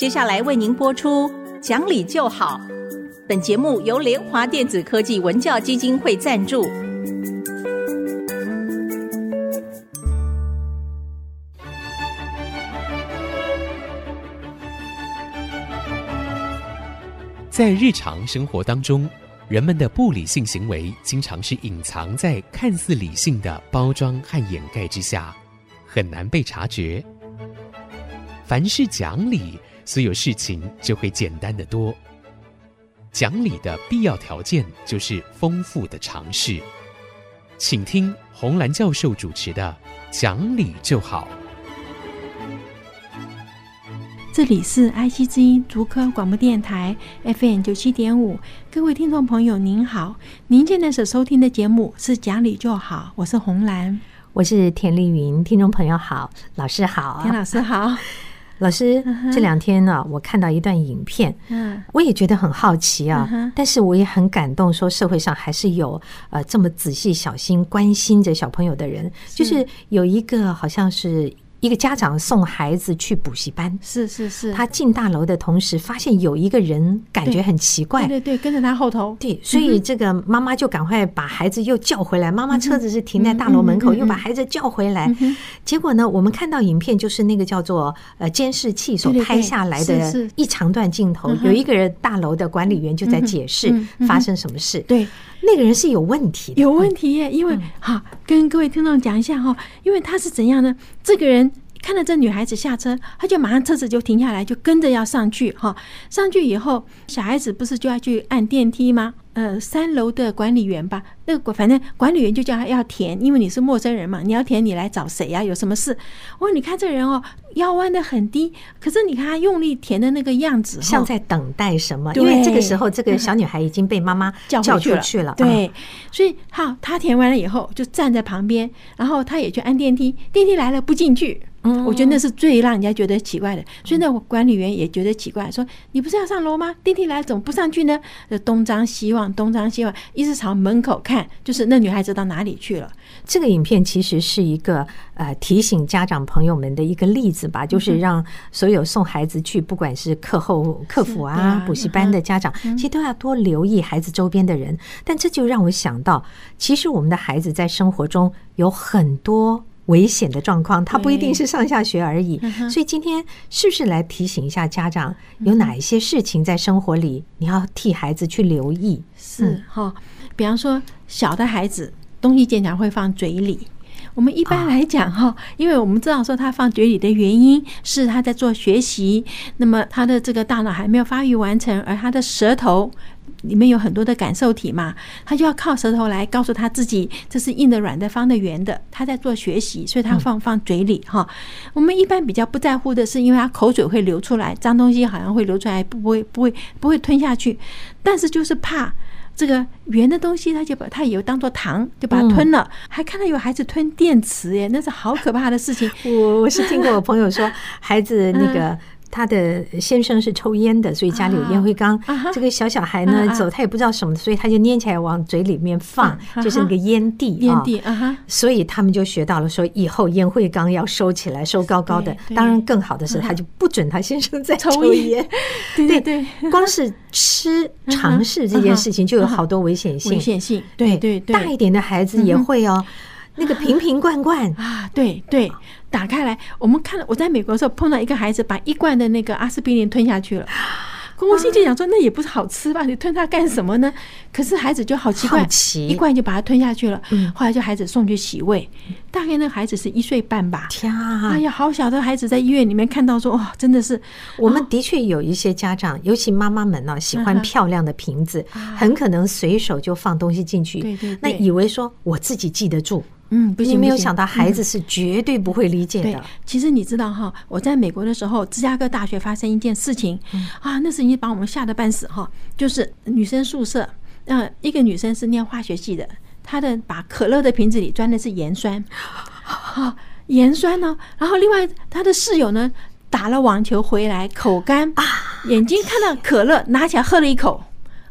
接下来为您播出讲理就好。本节目由联华电子科技文教基金会赞助。 在日常生活当中，人们的不理性行为经常是隐藏在看似理性的包装和掩盖之下，很难被察觉。凡是讲理，所有事情就会简单得多。讲理的必要条件就是丰富的常识。请听洪兰教授主持的《讲理就好》。 这里是 IC 之音竹科广播电台 FM 97.5，各位听众朋友您好，您现在所收听的节目是讲理就好，我是洪兰， 我是田丽云，听众朋友好，老师好， 田老师好。 老师，这两天呢，我看到一段影片，我也觉得很好奇啊，但是我也很感动，说社会上还是有这么仔细、小心、关心着小朋友的人，就是有一个好像是一个家长送孩子去补习班， 是， 他进大楼的同时发现有一个人感觉很奇怪， 对，跟着他后头， 对，所以这个妈妈就赶快把孩子又叫回来，妈妈车子是停在大楼门口，又把孩子叫回来，结果呢，我们看到影片就是那个叫做监视器所拍下来的一长段镜头，有一个人大楼的管理员就在解释发生什么事，对，那个人是有问题的， 有问题耶，因为好跟各位听众讲一下哈，因为他是怎样呢？这个人看到这女孩子下车，他就马上车子就停下来，就跟着要上去哈。上去以后，小孩子不是就要去按电梯吗？3楼的管理员吧，那个反正管理员就叫他要填，因为你是陌生人嘛，你要填你来找谁呀？有什么事？你看这人腰弯得很低，可是你看他用力填的那个样子， 像在等待什么。因为这个时候，这个小女孩已经被妈妈叫出去了。 对，所以好，他填完了以后就站在旁边，然后他也去按电梯，电梯来了不进去。我觉得那是最让人家觉得奇怪的，所以那管理员也觉得奇怪，说你不是要上楼吗？电梯来了怎么不上去呢？东张西望，一直朝门口看，就是那女孩子到哪里去了。 这个影片其实是一个提醒家长朋友们的一个例子吧，就是让所有送孩子去不管是课后课辅啊补习班的家长，其实都要多留意孩子周边的人。但这就让我想到，其实我们的孩子在生活中有很多危险的状况，他不一定是上下学而已，所以今天是不是来提醒一下家长，有哪一些事情在生活里你要替孩子去留意？ 是比方说小的孩子东西经常会放嘴里，我们一般来讲因为我们知道说他放嘴里的原因是他在做学习，那么他的这个大脑还没有发育完成，而他的舌头里面有很多的感受体嘛，他就要靠舌头来告诉他自己这是硬的、软的、方的、圆的，他在做学习，所以他放嘴里我们一般比较不在乎的是，因为他口水会流出来，脏东西好像会流出来，不会吞下去，但是就是怕这个圆的东西，他就把它以为当作糖，就把它吞了。还看到有孩子吞电池耶，那是好可怕的事情。 我是听过我朋友说，孩子那个他的先生是抽烟的，所以家里有烟灰缸，这个小孩呢走他也不知道什么，所以他就捏起来往嘴里面放，就是那个烟蒂所以他们就学到了说以后烟灰缸要收起来，收高高的。当然更好的是他就不准他先生再抽烟。对，光是吃尝试这件事情就有好多危险性。对，大一点的孩子也会那个瓶罐对，打开来，我在美国的时候碰到一个孩子把1罐的那个阿司匹林吞下去了。我心里想说，那也不是好吃吧？你吞它干什么呢？可是孩子就好奇怪，1罐就把它吞下去了。后来就孩子送去洗胃，大概那个孩子是1岁半吧。哎呀，好小的孩子在医院里面看到说，真的是。 我们的确有一些家长，尤其妈妈们喜欢漂亮的瓶子，很可能随手就放东西进去。对，那以为说我自己记得住。 不行， 你没有想到孩子是绝对不会理解的。 其实你知道我在美国的时候，芝加哥大学发生一件事情那事情把我们吓得半死就是女生宿舍，一个女生是念化学系的，她把可乐的瓶子里装的是盐酸，盐酸呢，然后另外她的室友呢打了网球回来，口干眼睛看到可乐拿起来喝了一口。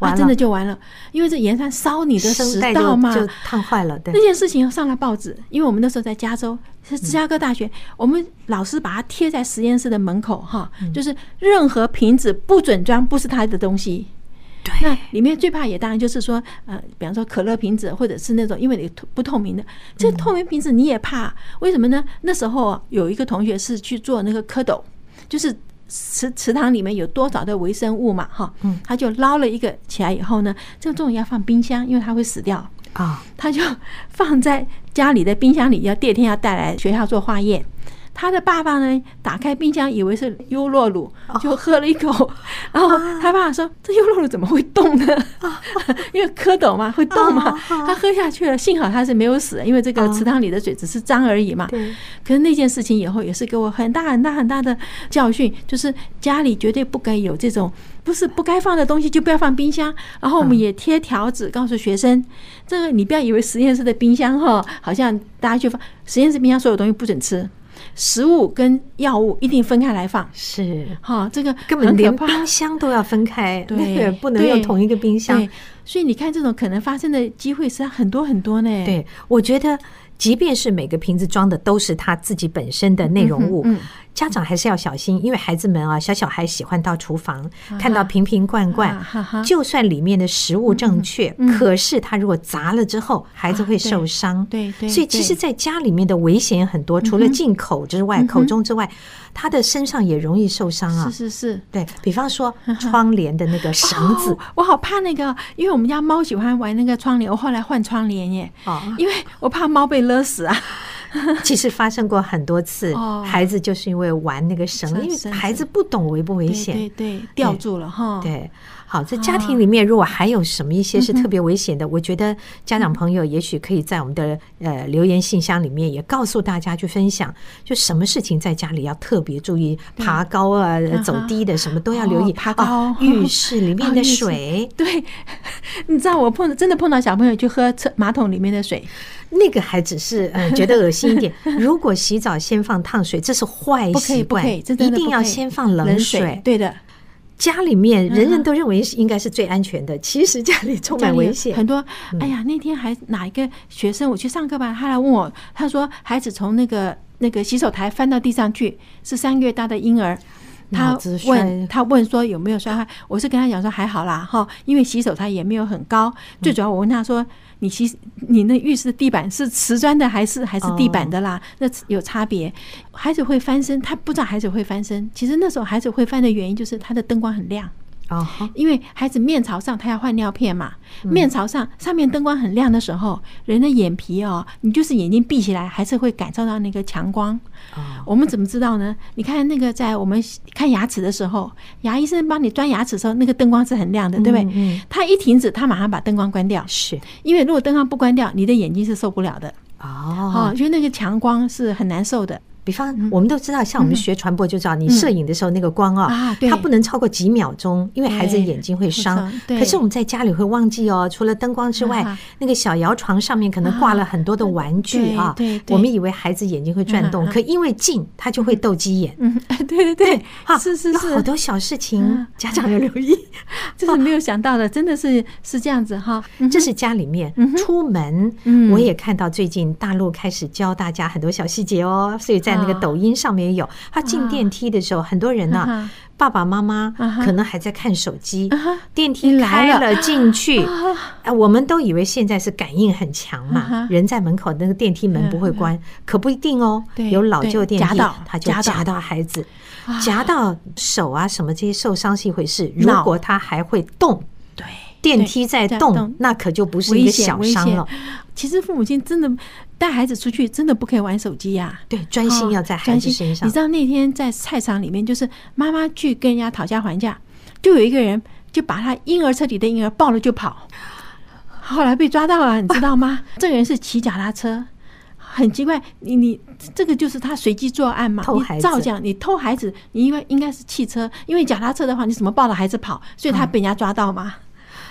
完了真的就完了，因为这盐酸烧你的食道嘛， 就烫坏了。对， 那件事情上了报纸，因为我们那时候在加州，是芝加哥大学，我们老师把它贴在实验室的门口哈，就是任何瓶子不准装不是他的东西。 对， 那里面最怕也当然就是说，比方说可乐瓶子，或者是那种因为你不透明的，这透明瓶子你也怕，为什么呢？那时候有一个同学是去做那个蝌蚪，就是池塘里面有多少的微生物嘛，哈，他就捞了一个起来以后呢，这个终于要放冰箱，因为它会死掉啊，他就放在家里的冰箱里，要第二天要带来学校做化验。他的爸爸呢，打开冰箱以为是优酪乳，就喝了一口，然后他爸爸说：“这优酪乳怎么会动呢？因为蝌蚪嘛，会动嘛。”他喝下去了，幸好他是没有死，因为这个池塘里的水只是脏而已嘛。可是那件事情以后也是给我很大很大很大的教训，就是家里绝对不该有这种不是不该放的东西就不要放冰箱。然后我们也贴条子告诉学生，这个你不要以为实验室的冰箱哈，好像大家去放实验室冰箱所有东西不准吃。食物跟药物一定分开来放， 是哈，这个根本连冰箱都要分开，那个不能用同一个冰箱。 所以你看，这种可能发生的机会是很多很多呢。 对，我觉得即便是每个瓶子装的都是他自己本身的内容物，家长还是要小心，因为孩子们啊，小孩喜欢到厨房看到瓶瓶罐罐，就算里面的食物正确，可是他如果砸了之后，孩子会受伤。 对， 所以其实在家里面的危险很多，除了进口之外，口中之外，他的身上也容易受伤啊。 是， 对，比方说窗帘的那个绳子， 我好怕那个，因为我们家猫喜欢玩那个窗帘，我后来换窗帘耶，因为我怕猫被勒死啊。 其实发生过很多次，孩子就是因为玩那个绳，因为孩子不懂危不危险， 对，吊住了哈。 对，好，在家庭里面如果还有什么一些是特别危险的，我觉得家长朋友也许可以在我们的留言信箱里面也告诉大家去分享，就什么事情在家里要特别注意，爬高啊、走低的什么都要留意。 爬高， 浴室里面的水， 对，你知道我真的碰到小朋友去喝马桶里面的水。 那个还只是觉得恶心一点。如果洗澡先放烫水，这是坏习惯，一定要先放冷水。 对的， 家里面人人都认为应该是最安全的，其实家里充满危险。 很多，哎呀，那天还哪一个学生我去上课吧，他来问我，他说孩子从那个洗手台翻到地上去，是3个月大的婴儿。他问说有没有摔坏，我是跟他讲说还好啦哈，因为洗手台也没有很高。最主要我问他说，你那浴室地板是瓷砖的还是地板的啦？那有差别。孩子会翻身，他不知道孩子会翻身。其实那时候孩子会翻的原因就是他的灯光很亮。因为孩子面朝上，他要换尿片嘛，面朝上，上面灯光很亮的时候，人的眼皮你就是眼睛闭起来，还是会感受到那个强光。我们怎么知道呢？你看那个在我们看牙齿的时候，牙医生帮你钻牙齿的时候，那个灯光是很亮的，对不对？他一停止，他马上把灯光关掉， 是因为如果灯光不关掉，你的眼睛是受不了的。因为那个强光是很难受的。 比方我们都知道，像我们学传播就知道，你摄影的时候那个光它不能超过几秒钟，因为孩子眼睛会伤。可是我们在家里会忘记除了灯光之外，那个小摇床上面可能挂了很多的玩具我们以为孩子眼睛会转动，可因为近他就会斗鸡眼。 对，是有好多小事情家长要留意， 这是没有想到的，真的是这样子哈。 这是家里面，出门我也看到最近大陆开始教大家很多小细节所以在那个抖音上面也有，他进电梯的时候，很多人爸爸妈妈可能还在看手机，电梯开了进去，我们都以为现在是感应很强嘛，人在门口那个电梯门不会关，可不一定有老旧电梯他就夹到孩子，夹到手啊什么这些受伤是一回事，如果他还会动，对，电梯在动，那可就不是一个小伤了。 其实父母亲真的带孩子出去，真的不可以玩手机呀。 对，专心要在孩子身上。 你知道那天在菜场里面，就是妈妈去跟人家讨价还价，就有一个人就把他婴儿车里的婴儿抱了就跑，后来被抓到了，你知道吗？这个人是骑脚踏车。很奇怪，你这个就是他随机作案嘛？你照讲，你偷孩子，你应该是汽车，因为脚踏车的话，你怎么抱着孩子跑？所以他被人家抓到嘛。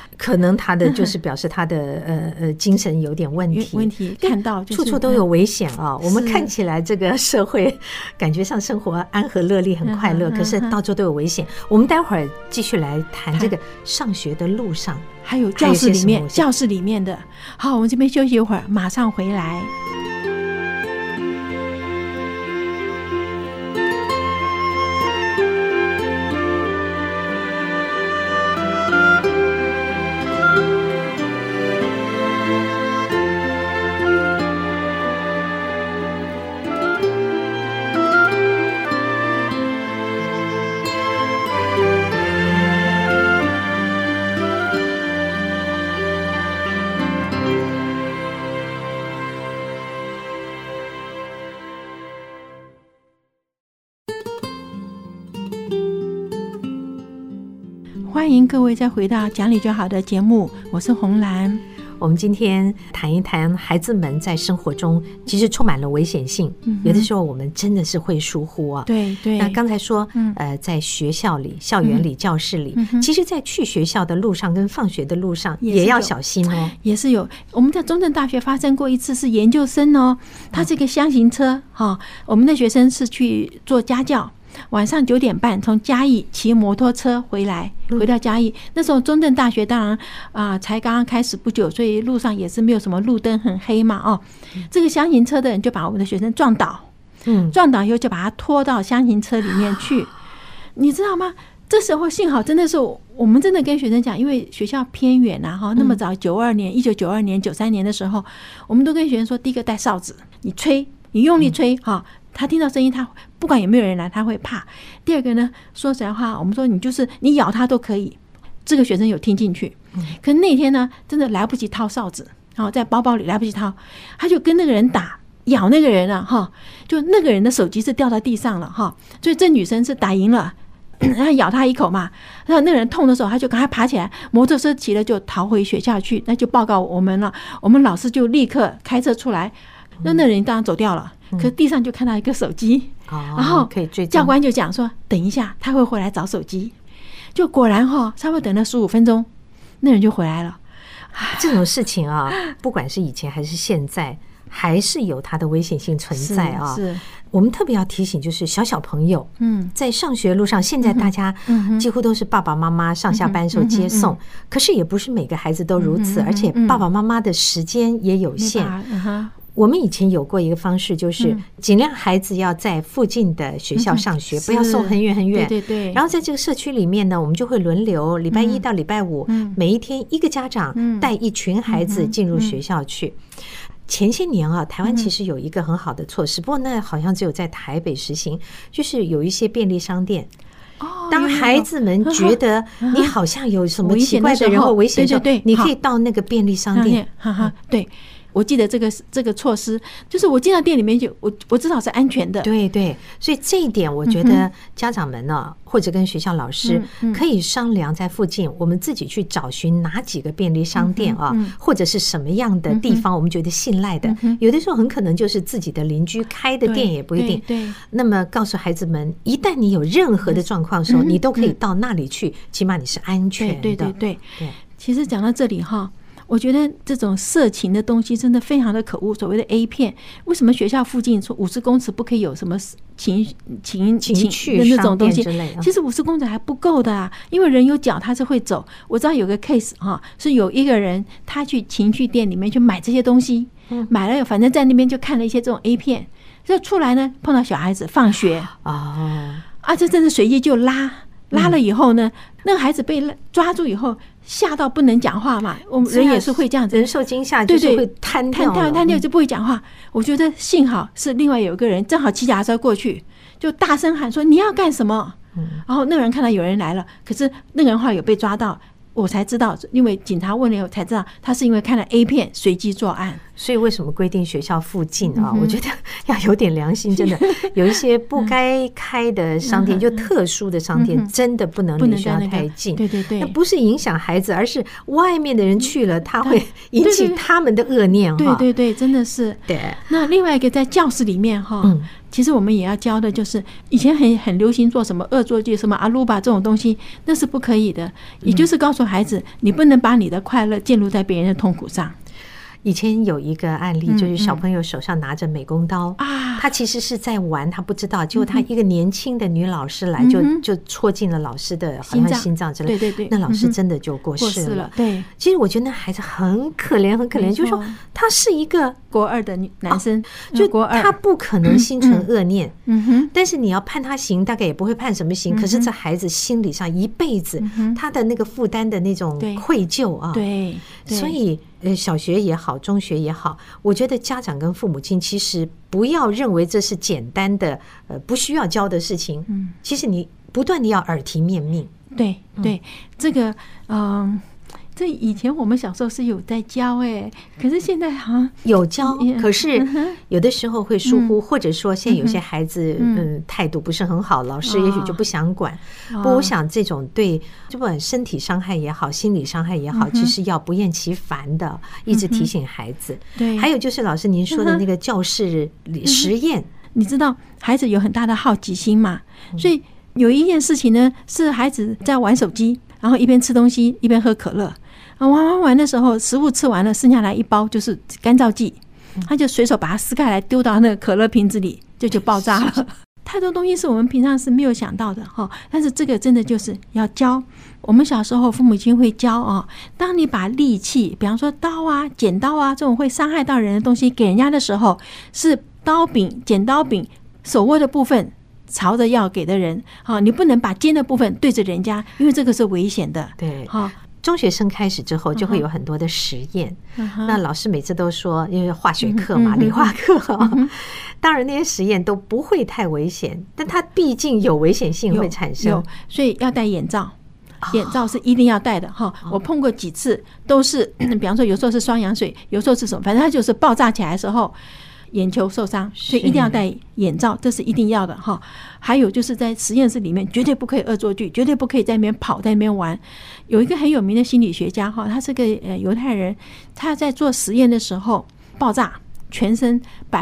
可能他的就是表示他的精神有点问题， 看到就是处处都有危险啊。我们看起来这个社会感觉上生活安和乐利很快乐，可是到处都有危险。我们待会儿继续来谈这个上学的路上， 还有教室里面的。好，我们这边休息一会儿，马上回来。欢迎各位再回到讲理就好的节目，我是洪兰。 我们今天谈一谈孩子们在生活中其实充满了危险性，有的时候我们真的是会疏忽啊。 对对。 那刚才说，在学校里、校园里、教室里，其实在去学校的路上跟放学的路上也要小心哦。 也是有，我们在中正大学发生过一次，是研究生哦，他这个箱型车哈，我们的学生是去做家教。晚上9点半从嘉义骑摩托车回到嘉义，那时候中正大学当然才刚刚开始不久，所以路上也是没有什么路灯，很黑嘛哦。这个箱型车的人就把我们的学生撞倒，撞倒以后就把他拖到箱型车里面去，你知道吗？这时候幸好真的是我们真的跟学生讲，因为学校偏远啊哈，那么早1992年、93年的时候，我们都跟学生说，第一个带哨子，你吹，你用力吹哈。他听到声音，他不管有没有人来，他会怕。第二个呢，说实在话，我们说你咬他都可以。这个学生有听进去，可那天呢，真的来不及掏哨子，然后在包包里来不及掏，他就跟那个人打，咬那个人了哈。就那个人的手机是掉到地上了哈，所以这女生是打赢了，然后咬他一口嘛。然后那个人痛的时候，他就赶快爬起来，摩托车骑了就逃回学校去，那就报告我们了。我们老师就立刻开车出来，那人当然走掉了。可是地上就看到一个手机，然后教官就讲说，等一下他会回来找手机。就果然差不多等了15分钟，那人就回来了。 这种事情啊，不管是以前还是现在，还是有它的危险性存在啊。是我们特别要提醒，就是小朋友，在上学路上，现在大家几乎都是爸爸妈妈上下班时候接送，可是也不是每个孩子都如此，而且爸爸妈妈的时间也有限。我们以前有过一个方式，就是尽量孩子要在附近的学校上学，不要送很远很远。对对。然后在这个社区里面呢，我们就会轮流，礼拜1到礼拜5，每一天一个家长带一群孩子进入学校去。前些年啊，台湾其实有一个很好的措施，不过那好像只有在台北实行，就是有一些便利商店。当孩子们觉得你好像有什么奇怪的人或危险的时候，你可以到那个便利商店。 对。我记得这个措施，就是我进到店里面就我知道是安全的。 对对，所以这一点我觉得家长们呢，或者跟学校老师可以商量，在附近我们自己去找寻哪几个便利商店啊，或者是什么样的地方我们觉得信赖的。有的时候很可能就是自己的邻居开的店，也不一定。对。那么告诉孩子们，一旦你有任何的状况的时候，你都可以到那里去，起码你是安全的。对。 其实讲到这里哈。我觉得这种色情的东西真的非常的可恶。所谓的 A 片，为什么学校附近说50公尺不可以有什么情趣的那种东西？其实50公尺还不够的啊，因为人有脚他是会走。我知道有个 case 哈，是有一个人他去情趣店里面去买这些东西，买了反正在那边就看了一些这种 A 片，就出来呢碰到小孩子放学这真是随机就拉了以后呢，那个孩子被抓住以后。吓到不能讲话嘛，我们人也是会这样子， 人受惊吓就是会瘫掉就不会讲话。我觉得幸好是另外有一个人正好骑脚踏车过去，就大声喊说你要干什么？然后那个人看到有人来了，可是那个人后来有被抓到，我才知道，因为警察问了以后才知道，他是因为看了 A 片随机作案。 所以为什么规定学校附近啊？我觉得要有点良心，真的有一些不该开的商店，就特殊的商店，真的不能离学校太近。 对对对， 那不是影响孩子，而是外面的人去了，他会引起他们的恶念。 对对对，真的是。 对。 那另外一个在教室里面哈，其实我们也要教的就是，以前很流行做什么恶作剧，什么阿鲁巴这种东西，那是不可以的。也就是告诉孩子，你不能把你的快乐建筑在别人的痛苦上。 以前有一个案例，就是小朋友手上拿着美工刀他其实是在玩，他不知道，结果他一个年轻的女老师来，就戳进了老师的好像心脏之类， 对对对， 那老师真的就过世了。 对， 其实我觉得那孩子很可怜，很可怜，就是说他是一个国2的男生， 就国2， 他不可能心存恶念，但是你要判他刑，大概也不会判什么刑。可是这孩子心理上一辈子，他的那个负担的那种愧疚啊， 对， 所以小学也好，中学也好，我觉得家长跟父母亲其实不要认为这是简单的不需要教的事情。其实你不断的要耳提面命。 对对，这个这以前我们小时候是有在教可是现在好像有教，可是有的时候会疏忽，或者说现在有些孩子态度不是很好，老师也许就不想管。不过我想这种对就不管身体伤害也好，心理伤害也好，其实要不厌其烦的一直提醒孩子。 对， 还有就是老师您说的那个教室里实验，你知道孩子有很大的好奇心嘛，所以有一件事情呢，是孩子在玩手机，然后一边吃东西一边喝可乐。玩的时候，食物吃完了，剩下来一包就是干燥剂，他就随手把它撕开来，丢到那个可乐瓶子里，就爆炸了。太多东西是我们平常是没有想到的哈，但是这个真的就是要教。我们小时候父母亲会教啊，当你把利器，比方说刀啊、剪刀啊这种会伤害到人的东西给人家的时候，是刀柄、剪刀柄手握的部分朝着要给的人，你不能把尖的部分对着人家，因为这个是危险的。 对，中学生开始之后就会有很多的实验，那老师每次都说，因为化学课嘛，理化课当然那些实验都不会太危险，但它毕竟有危险性会产生， 所以要戴眼罩。眼罩是一定要戴的哈，我碰过几次都是，比方说有时候是双氧水，有时候是什么，反正它就是爆炸起来的时候眼球受伤，所以一定要戴眼罩，这是一定要的哈。还有就是在实验室里面绝对不可以恶作剧，绝对不可以在那边跑，在那边玩。有一个很有名的心理学家哈，他是个犹太人，他在做实验的时候爆炸，全身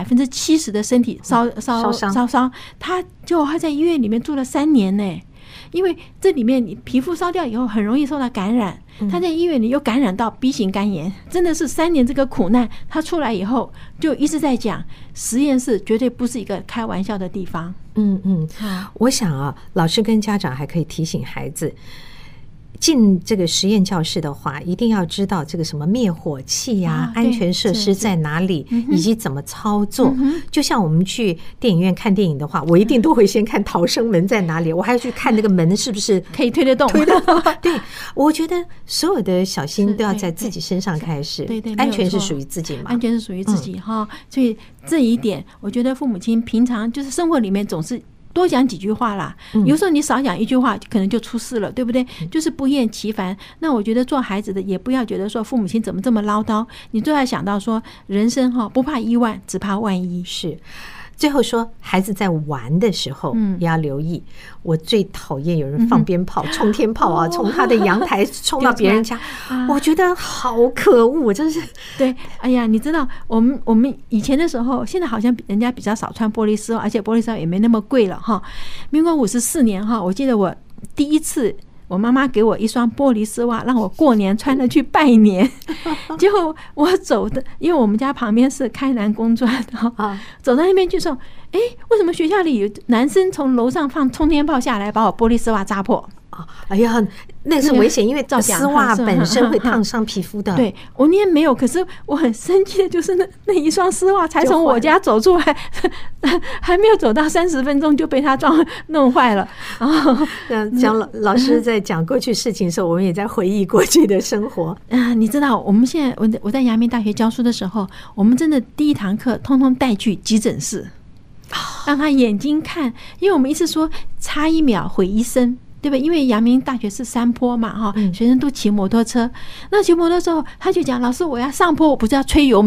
70%的身体烧，他在医院里面住了3年呢。因为这里面你皮肤烧掉以后很容易受到感染，他在医院里又感染到 B 型肝炎，真的是3年这个苦难。他出来以后就一直在讲，实验室绝对不是一个开玩笑的地方。 我想啊，老师跟家长还可以提醒孩子，进这个实验教室的话，一定要知道这个什么灭火器啊，安全设施在哪里，以及怎么操作。就像我们去电影院看电影的话，我一定都会先看逃生门在哪里，我还要去看那个门是不是可以推得动。 对，我觉得所有的小心都要在自己身上开始。对，安全是属于自己嘛， 安全是属于自己哈。所以这一点，我觉得父母亲平常就是生活里面总是多讲几句话啦，有时候你少讲一句话可能就出事了，对不对？就是不厌其烦。那我觉得做孩子的也不要觉得说父母亲怎么这么唠叨，你就要想到说人生不怕意外，只怕万一。 是。最后说，孩子在玩的时候也要留意。我最讨厌有人放鞭炮、冲天炮啊，从他的阳台冲到别人家，我觉得好可恶，真是。 对，哎呀，你知道我们以前的时候，现在好像人家比较少穿玻璃丝袜，而且玻璃丝袜也没那么贵了哈。民国54年哈，我记得我第一次。我妈妈给我一双玻璃丝袜，让我过年穿了去拜年。结果我走的，因为我们家旁边是开南工专，走到那边去说，为什么学校里有男生从楼上放冲天炮下来，把我玻璃丝袜扎破？ 哎呀，那是危险，因为丝袜本身会烫伤皮肤的。 对，我念没有，可是我很生气的就是那一双丝袜才从我家走出来，还没有走到30分钟就被他弄坏了。 讲老师在讲过去事情的时候，我们也在回忆过去的生活。 你知道，我们现在我在阳明大学教书的时候，我们真的第一堂课通通带去急诊室，让他眼睛看，因为我们一直说差1秒毁一生。对吧？因为阳明大学是山坡嘛，学生都骑摩托车。那骑摩托车之后，他就讲：“老师，我要上坡，我不是要吹油门。”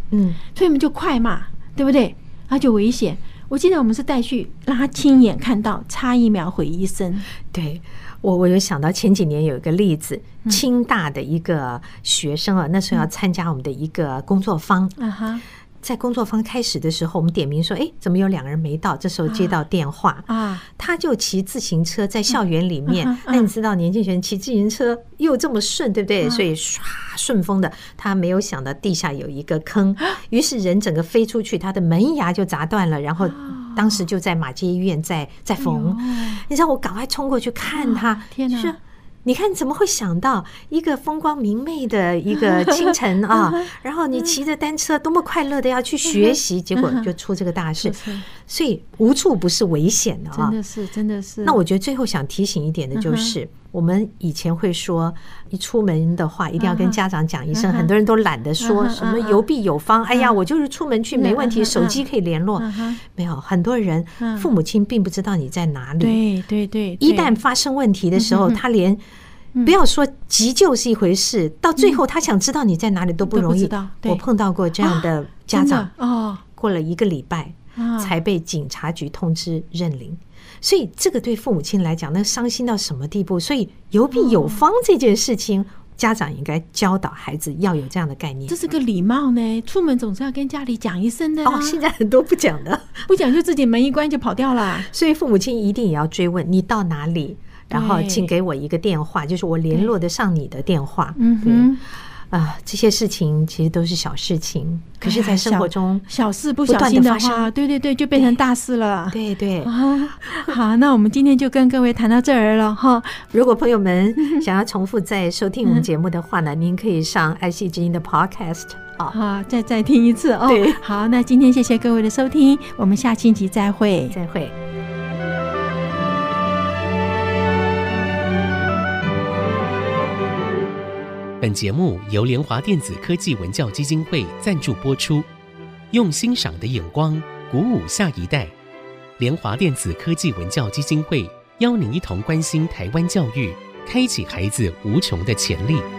所以我们就快嘛，对不对？那就危险。我记得我们是带去让他亲眼看到插疫苗毁一生。 对，我有想到前几年有一个例子，清大的一个学生啊，那时候要参加我们的一个工作坊。在工作坊开始的时候，我们点名说，怎么有2个人没到？这时候接到电话他就骑自行车在校园里面。那你知道年轻学生骑自行车又这么顺，对不对？所以唰顺风的，他没有想到地下有一个坑，于是人整个飞出去，他的门牙就砸断了，然后当时就在马偕医院在缝。你知道我赶快冲过去看他， 天哪！ 你看怎么会想到一个风光明媚的一个清晨啊，然后你骑着单车多么快乐的要去学习，结果就出这个大事。所以无处不是危险的啊， 真的是。 那我觉得最后想提醒一点的就是，我们以前会说一出门的话一定要跟家长讲一声，很多人都懒得说什么有必有方，哎呀我就是出门去没问题，手机可以联络。没有，很多人父母亲并不知道你在哪里。 对， 一旦发生问题的时候，他连不要说急救是一回事，到最后他想知道你在哪里都不容易。我碰到过这样的家长，过了1个礼拜才被警察局通知认领。所以这个对父母亲来讲，那伤心到什么地步？所以有必有方这件事情，家长应该教导孩子要有这样的概念。 这是个礼貌呢，出门总是要跟家里讲一声的。 现在很多不讲的， 不讲就自己门一关就跑掉了。 所以父母亲一定也要追问你到哪里，然后请给我一个电话，就是我联络得上你的电话。这些事情其实都是小事情，可是在生活中小事不小心的话，对，就变成大事了。 对好，那我们今天就跟各位谈到这儿了哈。 如果朋友们想要重复再收听我们节目的话呢，您可以上爱惜之音的 Podcast 再听一次哦。对，好，那今天谢谢各位的收听，我们下星期再会。 本节目由联华电子科技文教基金会赞助播出，用欣赏的眼光鼓舞下一代。联华电子科技文教基金会邀您一同关心台湾教育，开启孩子无穷的潜力。